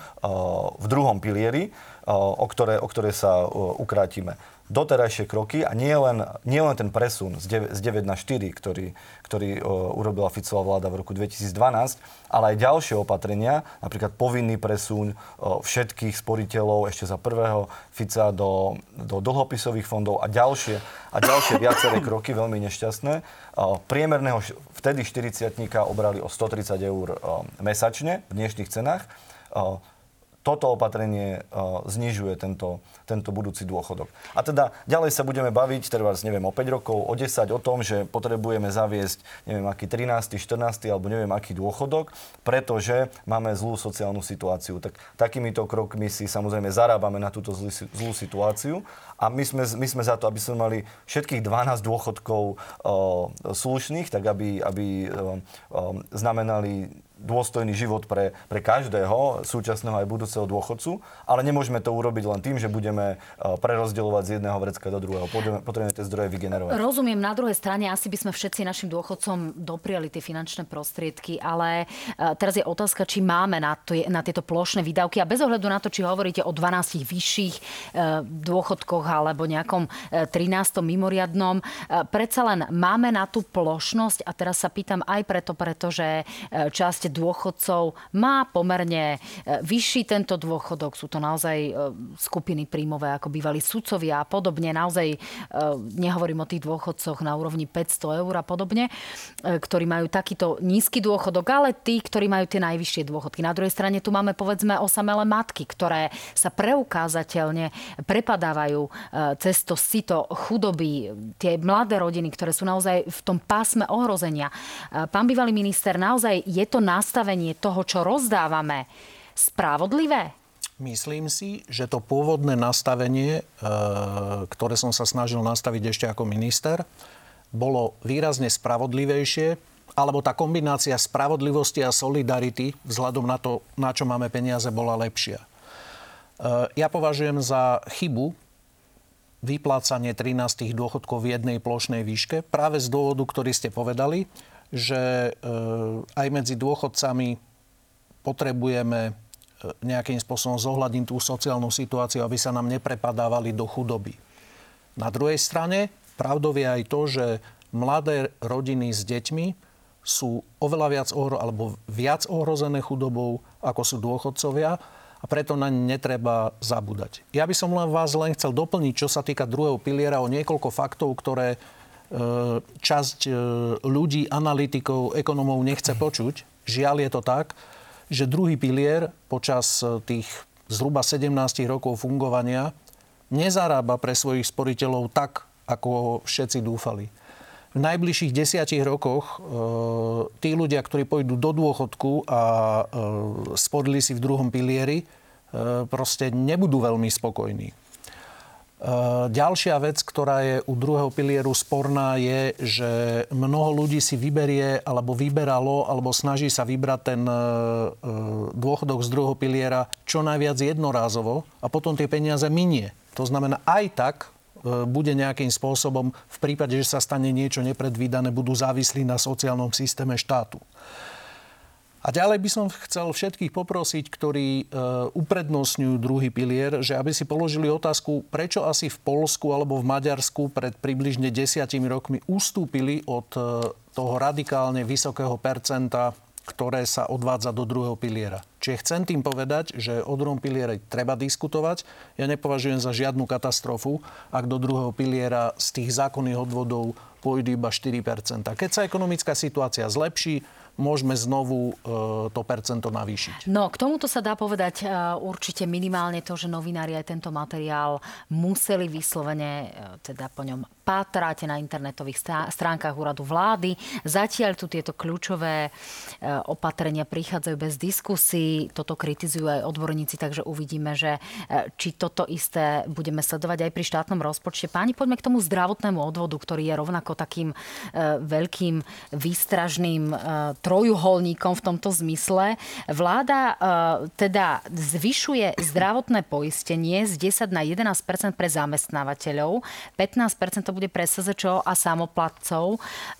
v druhom pilieri, uh, o, ktoré, o ktoré sa uh, ukrátime. Doterajšie kroky a nie len, nie len ten presun z deväť na štyri, ktorý, ktorý uh, urobila Ficová vláda v roku dvetisícdvanásť, ale aj ďalšie opatrenia, napríklad povinný presun uh, všetkých sporiteľov ešte za prvého Fica do, do dlhopisových fondov a ďalšie, a ďalšie viaceré kroky, veľmi nešťastné. Uh, priemerného vtedy štyridsiatnika obrali o stotridsať eur uh, mesačne v dnešných cenách. Uh, Toto opatrenie uh, znižuje tento, tento budúci dôchodok. A teda ďalej sa budeme baviť, teda neviem, o päť rokov, o desať, o tom, že potrebujeme zaviesť, neviem, aký trinásty, štrnásty alebo neviem, aký dôchodok, pretože máme zlú sociálnu situáciu. Tak takýmito krokmi si samozrejme zarábame na túto zlú, zlú situáciu a my sme, my sme za to, aby sme mali všetkých dvanásť dôchodkov uh, slušných, tak aby, aby uh, uh, znamenali dôstojný život pre, pre každého súčasného aj budúceho dôchodcu, ale nemôžeme to urobiť len tým, že budeme prerozdeľovať z jedného vrecka do druhého. Potrebujeme tie zdroje vygenerovať. Rozumiem, na druhej strane asi by sme všetci našim dôchodcom dopriali tie finančné prostriedky, ale teraz je otázka, či máme na, to, na tieto plošné výdavky a bez ohľadu na to, či hovoríte o dvanástich vyšších dôchodkoch alebo nejakom trinástom mimoriadnom, predsa len máme na tú plošnosť a teraz sa pýtam aj preto, pretože časť dôchodcov má pomerne vyšší tento dôchodok. Sú to naozaj skupiny príjmové, ako bývali sudcovia a podobne. Naozaj nehovorím o tých dôchodcoch na úrovni päťsto eur a podobne, ktorí majú takýto nízky dôchodok, ale tí, ktorí majú tie najvyššie dôchodky. Na druhej strane tu máme povedzme osamelé matky, ktoré sa preukázateľne prepadávajú cez to sito chudoby, tie mladé rodiny, ktoré sú naozaj v tom pásme ohrozenia. Pán bývalý minister, naozaj je to nastavenie toho, čo rozdávame, spravodlivé? Myslím si, že to pôvodné nastavenie, ktoré som sa snažil nastaviť ešte ako minister, bolo výrazne spravodlivejšie, alebo tá kombinácia spravodlivosti a solidarity vzhľadom na to, na čo máme peniaze, bola lepšia. Ja považujem za chybu vyplácanie trinástich dôchodkov v jednej plošnej výške práve z dôvodu, ktorý ste povedali, že aj medzi dôchodcami potrebujeme nejakým spôsobom zohľadniť tú sociálnu situáciu, aby sa nám neprepadávali do chudoby. Na druhej strane, pravdou je aj to, že mladé rodiny s deťmi sú oveľa viac, ohro- alebo viac ohrozené chudobou, ako sú dôchodcovia a preto na ne netreba zabúdať. Ja by som len vás len chcel doplniť, čo sa týka druhého piliera, o niekoľko faktov, ktoré časť ľudí, analytikov, ekonomov nechce počuť. Žiaľ je to tak, že druhý pilier počas tých zhruba sedemnásť rokov fungovania nezarába pre svojich sporiteľov tak, ako všetci dúfali. V najbližších desiatich rokoch tí ľudia, ktorí pôjdu do dôchodku a sporili si v druhom pilieri, proste nebudú veľmi spokojní. Ďalšia vec, ktorá je u druhého pilieru sporná, je, že mnoho ľudí si vyberie, alebo vyberalo, alebo snaží sa vybrať ten dôchodok z druhého piliera čo najviac jednorázovo a potom tie peniaze minie. To znamená, aj tak bude nejakým spôsobom, v prípade, že sa stane niečo nepredvídané, budú závislí na sociálnom systéme štátu. A ďalej by som chcel všetkých poprosiť, ktorí e, uprednostňujú druhý pilier, že aby si položili otázku, prečo asi v Poľsku alebo v Maďarsku pred približne desiatimi rokmi ustúpili od e, toho radikálne vysokého percenta ktoré sa odvádza do druhého piliera. Čiže chcem tým povedať, že o druhom piliere treba diskutovať. Ja nepovažujem za žiadnu katastrofu, ak do druhého piliera z tých zákonných odvodov pôjdu iba štyri percentá. Keď sa ekonomická situácia zlepší, môžeme znovu e, to percento navýšiť. No, k tomuto sa dá povedať e, určite minimálne to, že novinári aj tento materiál museli vyslovene e, teda po ňom pátrať na internetových stránkach úradu vlády. Zatiaľ tu tieto kľúčové e, opatrenia prichádzajú bez diskusí. Toto kritizujú aj odborníci, takže uvidíme, že e, či toto isté budeme sledovať aj pri štátnom rozpočte. Páni, poďme k tomu zdravotnému odvodu, ktorý je rovnako takým e, veľkým výstražným e, trojuholníkom v tomto zmysle. Vláda e, teda zvyšuje zdravotné poistenie z desať na jedenásť percent pre zamestnávateľov, pätnásť percent to bude pre es zet čo a samoplatcov. E,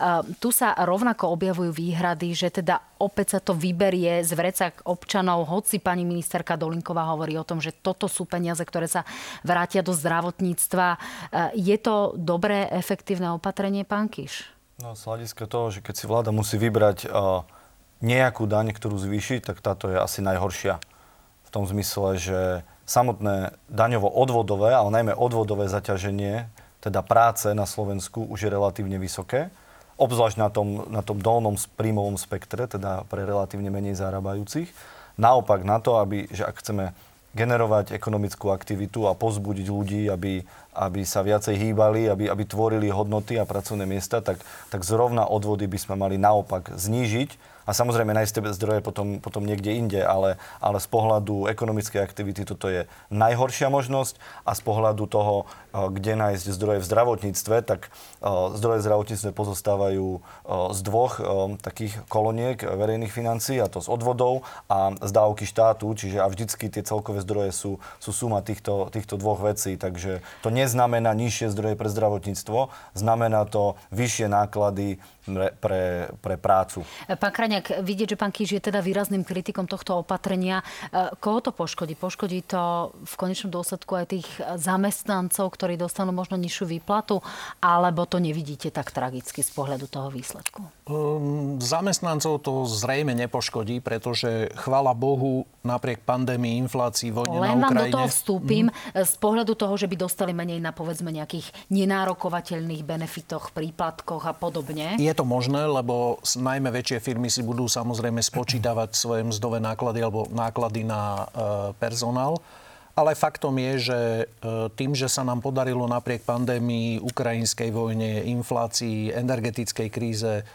tu sa rovnako objavujú výhrady, že teda opäť sa to vyberie z vrecák občanov, hoci pani ministerka Dolinková hovorí o tom, že toto sú peniaze, ktoré sa vrátia do zdravotníctva. E, je to dobré, efektívne opatrenie, pán Kiš? No, z hľadiska toho, že keď si vláda musí vybrať uh, nejakú daň, ktorú zvýšiť, tak táto je asi najhoršia. V tom zmysle, že samotné daňovo-odvodové, ale najmä odvodové zaťaženie, teda práce na Slovensku už je relatívne vysoké. Obzvlášť na tom, na tom dolnom príjmovom spektre, teda pre relatívne menej zarábajúcich. Naopak na to, aby, že ak chceme generovať ekonomickú aktivitu a povzbudiť ľudí, aby, aby sa viacej hýbali, aby, aby tvorili hodnoty a pracovné miesta, tak, tak zrovna odvody by sme mali naopak znížiť. A samozrejme nájsť tie zdroje potom, potom niekde inde, ale, ale z pohľadu ekonomickej aktivity toto je najhoršia možnosť a z pohľadu toho, kde nájsť zdroje v zdravotníctve, tak zdroje v zdravotníctve pozostávajú z dvoch takých koloniek verejných financií, a to z odvodov a z dávky štátu, čiže a vždycky tie celkové zdroje sú, sú suma týchto, týchto dvoch vecí, takže to neznamená nižšie zdroje pre zdravotníctvo, znamená to vyššie náklady pre, pre, pre prácu. Pán Krajniak, vidieť, že pán Kiš je teda výrazným kritikom tohto opatrenia. Koho to poškodí? Poškodí to v konečnom dôsledku aj tých zamestnancov, ktorí dostanú možno nižšiu výplatu, alebo to nevidíte tak tragicky z pohľadu toho výsledku? Um, zamestnancov to zrejme nepoškodí, pretože chvála Bohu, napriek pandémii, inflácii, vojne Len na Ukrajine... Len vám do toho vstúpim mm. z pohľadu toho, že by dostali menej na, povedzme, nejakých nenárokovateľných benefitoch, príplatkoch a podobne. Je to možné, lebo najmä väčšie firmy si budú samozrejme spočítavať svoje mzdové náklady alebo náklady na e, personál. Ale faktom je, že e, tým, že sa nám podarilo napriek pandémii, ukrajinskej vojne, inflácii, energetickej kríze e,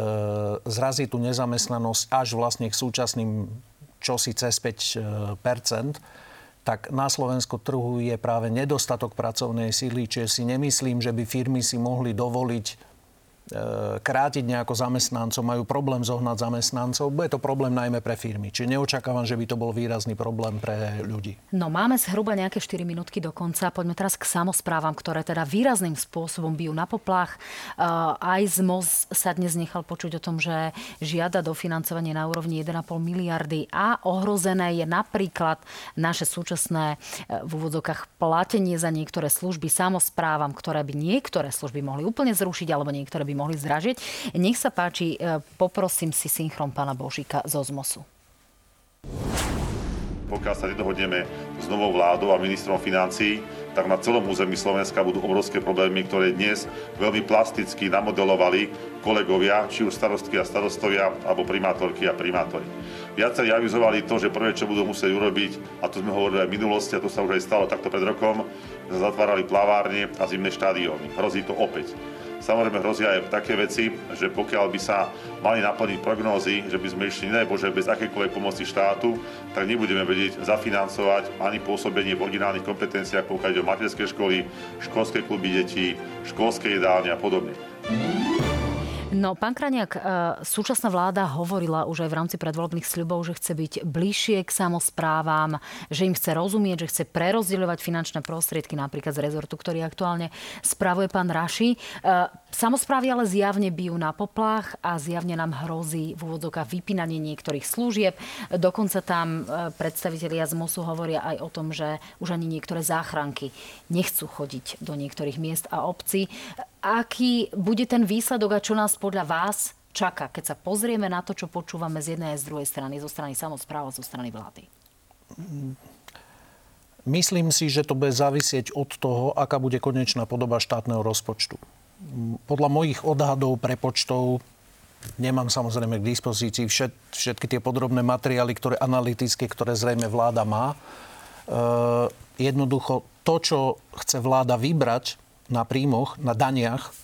zraziť tú nezamestnanosť až vlastne k súčasným čosi cez päť percent, tak na Slovensku trhu je práve nedostatok pracovnej síly, čiže si nemyslím, že by firmy si mohli dovoliť krátiť nejako zamestnancov, majú problém zohnať zamestnancov. Bude to problém najmä pre firmy. Čiže neočakávam, že by to bol výrazný problém pre ľudí. No máme zhruba nejaké štyri minútky do konca. Poďme teraz k samosprávam, ktoré teda výrazným spôsobom bijú na poplach. Aj z em o es sa dnes nechal počuť o tom, že žiada dofinancovanie na úrovni jeden a pol miliardy a ohrozené je napríklad naše súčasné v úvodzovkách platenie za niektoré služby samosprávam, ktoré by niektoré služby mohli úplne zrušiť alebo niektoré by mohli zdražiť. Nech sa páči, poprosím si synchron pána Božíka z Ozmosu. Pokiaľ sa nedohodneme s novou vládou a ministrom financií, tak na celom území Slovenska budú obrovské problémy, ktoré dnes veľmi plasticky namodelovali kolegovia, či už starostky a starostovia, alebo primátorky a primátori. Viacerí avizovali to, že prvé, čo budú musieť urobiť, a to sme hovorili aj v minulosti, a to sa už aj stalo takto pred rokom, zatvárali plavárne a zimné štadióny. Hrozí to opäť. Samozrejme hrozia aj také veci, že pokiaľ by sa mali naplniť prognózy, že by sme išli, nedaj Bože, bez akékoľvek pomoci štátu, tak nebudeme vedieť zafinancovať ani pôsobenie v originálnych kompetenciách, pokiaľ ide o materské školy, školské kluby detí, školské jedálne a podobne. No, pán Krajniak, súčasná vláda hovorila už aj v rámci predvolebných sľubov, že chce byť bližšie k samosprávam, že im chce rozumieť, že chce prerozdeľovať finančné prostriedky napríklad z rezortu, ktorý aktuálne spravuje pán Raši. Samosprávy ale zjavne bijú na poplach a zjavne nám hrozí v úvodzovkách vypínanie niektorých služieb. Dokonca tam predstavitelia z MOSu hovoria aj o tom, že už ani niektoré záchranky nechcú chodiť do niektorých miest a obcí. Aký bude ten výsledok a čo nás podľa vás čaká, keď sa pozrieme na to, čo počúvame z jednej a z druhej strany, zo strany samospráv a zo strany vlády? Myslím si, že to bude závisieť od toho, aká bude konečná podoba štátneho rozpočtu. Podľa mojich odhadov, prepočtov, nemám samozrejme k dispozícii všet, všetky tie podrobné materiály, ktoré analytické, ktoré zrejme vláda má. E, jednoducho to, čo chce vláda vybrať na príjmoch, na daniach, e,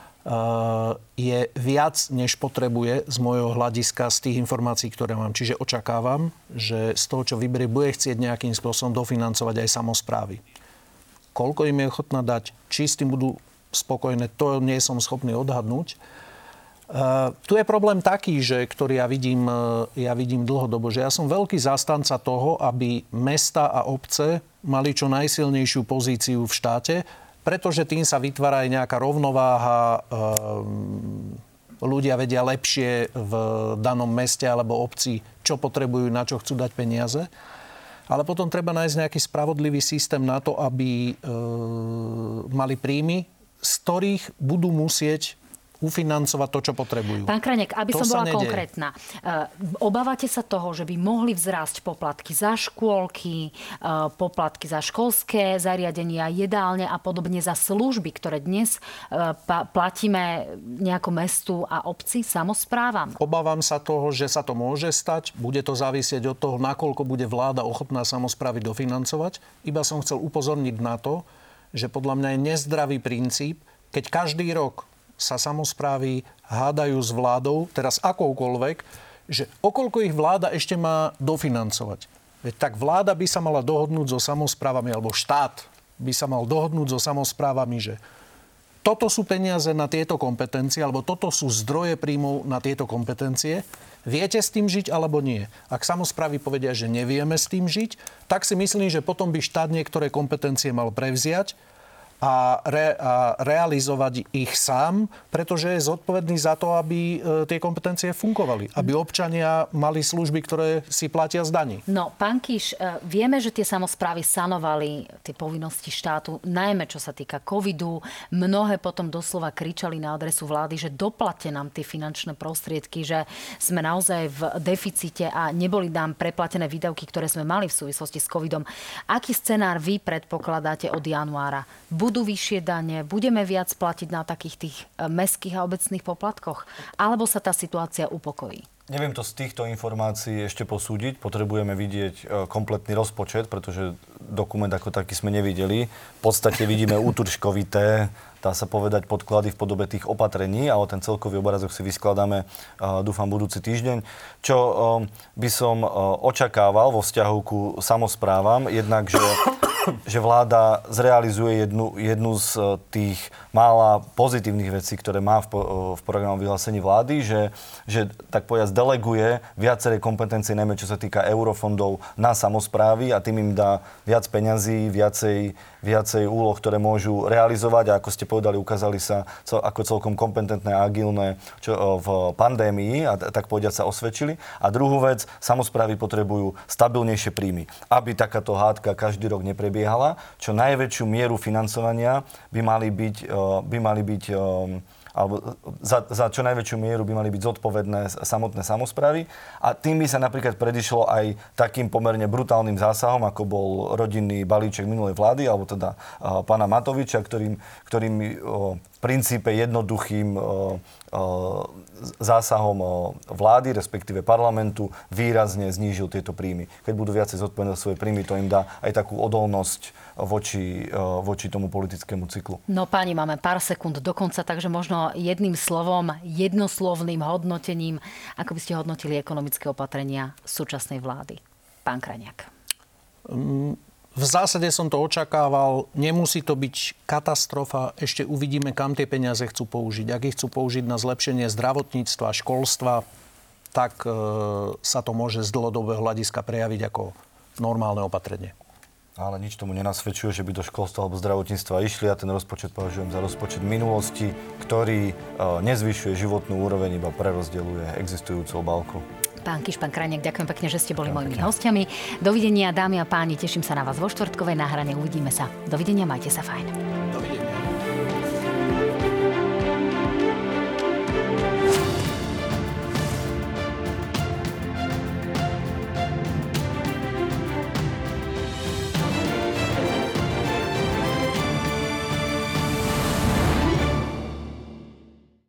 je viac, než potrebuje z môjho hľadiska z tých informácií, ktoré mám. Čiže očakávam, že z toho, čo vyberie, bude chcieť nejakým spôsobom dofinancovať aj samosprávy. Koľko im je ochotná dať, či s tým budú spokojné, to nie som schopný odhadnúť. Uh, tu je problém taký, že, ktorý ja vidím, uh, ja vidím dlhodobo, že ja som veľký zástanca toho, aby mesta a obce mali čo najsilnejšiu pozíciu v štáte, pretože tým sa vytvára aj nejaká rovnováha, uh, ľudia vedia lepšie v danom meste alebo obci, čo potrebujú, na čo chcú dať peniaze. Ale potom treba nájsť nejaký spravodlivý systém na to, aby uh, mali príjmy, z ktorých budú musieť ufinancovať to, čo potrebujú. Pán Krajniak, aby to som bola nedieje. konkrétna. Obávate sa toho, že by mohli vzrásť poplatky za škôlky, poplatky za školské zariadenia, jedálne a podobne za služby, ktoré dnes platíme nejako mestu a obci, samosprávam? Obávam sa toho, že sa to môže stať. Bude to závisieť od toho, nakoľko bude vláda ochotná samosprávy dofinancovať. Iba som chcel upozorniť na to, že podľa mňa je nezdravý princíp, keď každý rok sa samosprávy hádajú s vládou, teraz akoukoľvek, že okoľko ich vláda ešte má dofinancovať. Veď tak vláda by sa mala dohodnúť so samosprávami, alebo štát by sa mal dohodnúť so samosprávami, že toto sú peniaze na tieto kompetencie, alebo toto sú zdroje príjmov na tieto kompetencie. Viete s tým žiť, alebo nie? Ak samosprávy povedia, že nevieme s tým žiť, tak si myslím, že potom by štát niektoré kompetencie mal prevziať a, re, a realizovať ich sám, pretože je zodpovedný za to, aby e, tie kompetencie fungovali. Aby občania mali služby, ktoré si platia z daní. No, pán Kiš, e, vieme, že tie samosprávy sanovali tie povinnosti štátu, najmä čo sa týka covidu. Mnohé potom doslova kričali na adresu vlády, že doplatte nám tie finančné prostriedky, že sme naozaj v deficite a neboli nám preplatené výdavky, ktoré sme mali v súvislosti s covidom. Aký scenár vy predpokladáte od januára? Budú vyššie dane, budeme viac platiť na takých tých mestských a obecných poplatkoch? Alebo sa tá situácia upokojí? Neviem to z týchto informácií ešte posúdiť. Potrebujeme vidieť kompletný rozpočet, pretože dokument ako taký sme nevideli. V podstate vidíme útržkovité, dá sa povedať, podklady v podobe tých opatrení, ale ten celkový obrazok si vyskladáme, dúfam, budúci týždeň. Čo by som očakával vo vzťahu ku samosprávam, jednak, že že vláda zrealizuje jednu, jednu z tých mála pozitívnych vecí, ktoré má v, v programovom vyhlásení vlády, že, že tak povedať deleguje viaceré kompetencie, najmä čo sa týka eurofondov na samosprávy a tým im dá viac peňazí, viacej, viacej úloh, ktoré môžu realizovať a ako ste povedali, ukázali sa cel, ako celkom kompetentné a agilné čo, v pandémii a tak povedať sa osvedčili. A druhú vec, samosprávy potrebujú stabilnejšie príjmy, aby takáto hádka každý rok neprebiehala. Biehala, čo najväčšiu mieru financovania by mali byť, by mali byť alebo za, za čo najväčšiu mieru by mali byť zodpovedné samotné samosprávy a tým by sa napríklad predišlo aj takým pomerne brutálnym zásahom, ako bol rodinný balíček minulej vlády, alebo teda uh, pána Matoviča, ktorým, ktorým uh, v princípe jednoduchým uh, uh, zásahom uh, vlády, respektíve parlamentu, výrazne znížil tieto príjmy. Keď budú viacej zodpovedné za svoje príjmy, to im dá aj takú odolnosť voči, uh, voči tomu politickému cyklu. No páni, máme pár sekúnd do konca, takže možno jedným slovom, jednoslovným hodnotením, ako by ste hodnotili ekonomické opatrenia súčasnej vlády. Pán Krajniak. V zásade som to očakával. Nemusí to byť katastrofa. Ešte uvidíme, kam tie peniaze chcú použiť. Ak ich chcú použiť na zlepšenie zdravotníctva, školstva, tak e, sa to môže z dlhodobého hľadiska prejaviť ako normálne opatrenie. Ale nič tomu nenasvedčuje, že by do školstva alebo zdravotníctva išli a ten rozpočet považujem za rozpočet minulosti, ktorý nezvyšuje životnú úroveň, iba prerozdeľuje existujúcu obálku. Pán Kiš, pán Krajniak, ďakujem pekne, že ste boli mojimi pekne. hostiami. Dovidenia, dámy a páni, teším sa na vás vo štvrtkovej náhrane. Uvidíme sa. Dovidenia, majte sa fajn.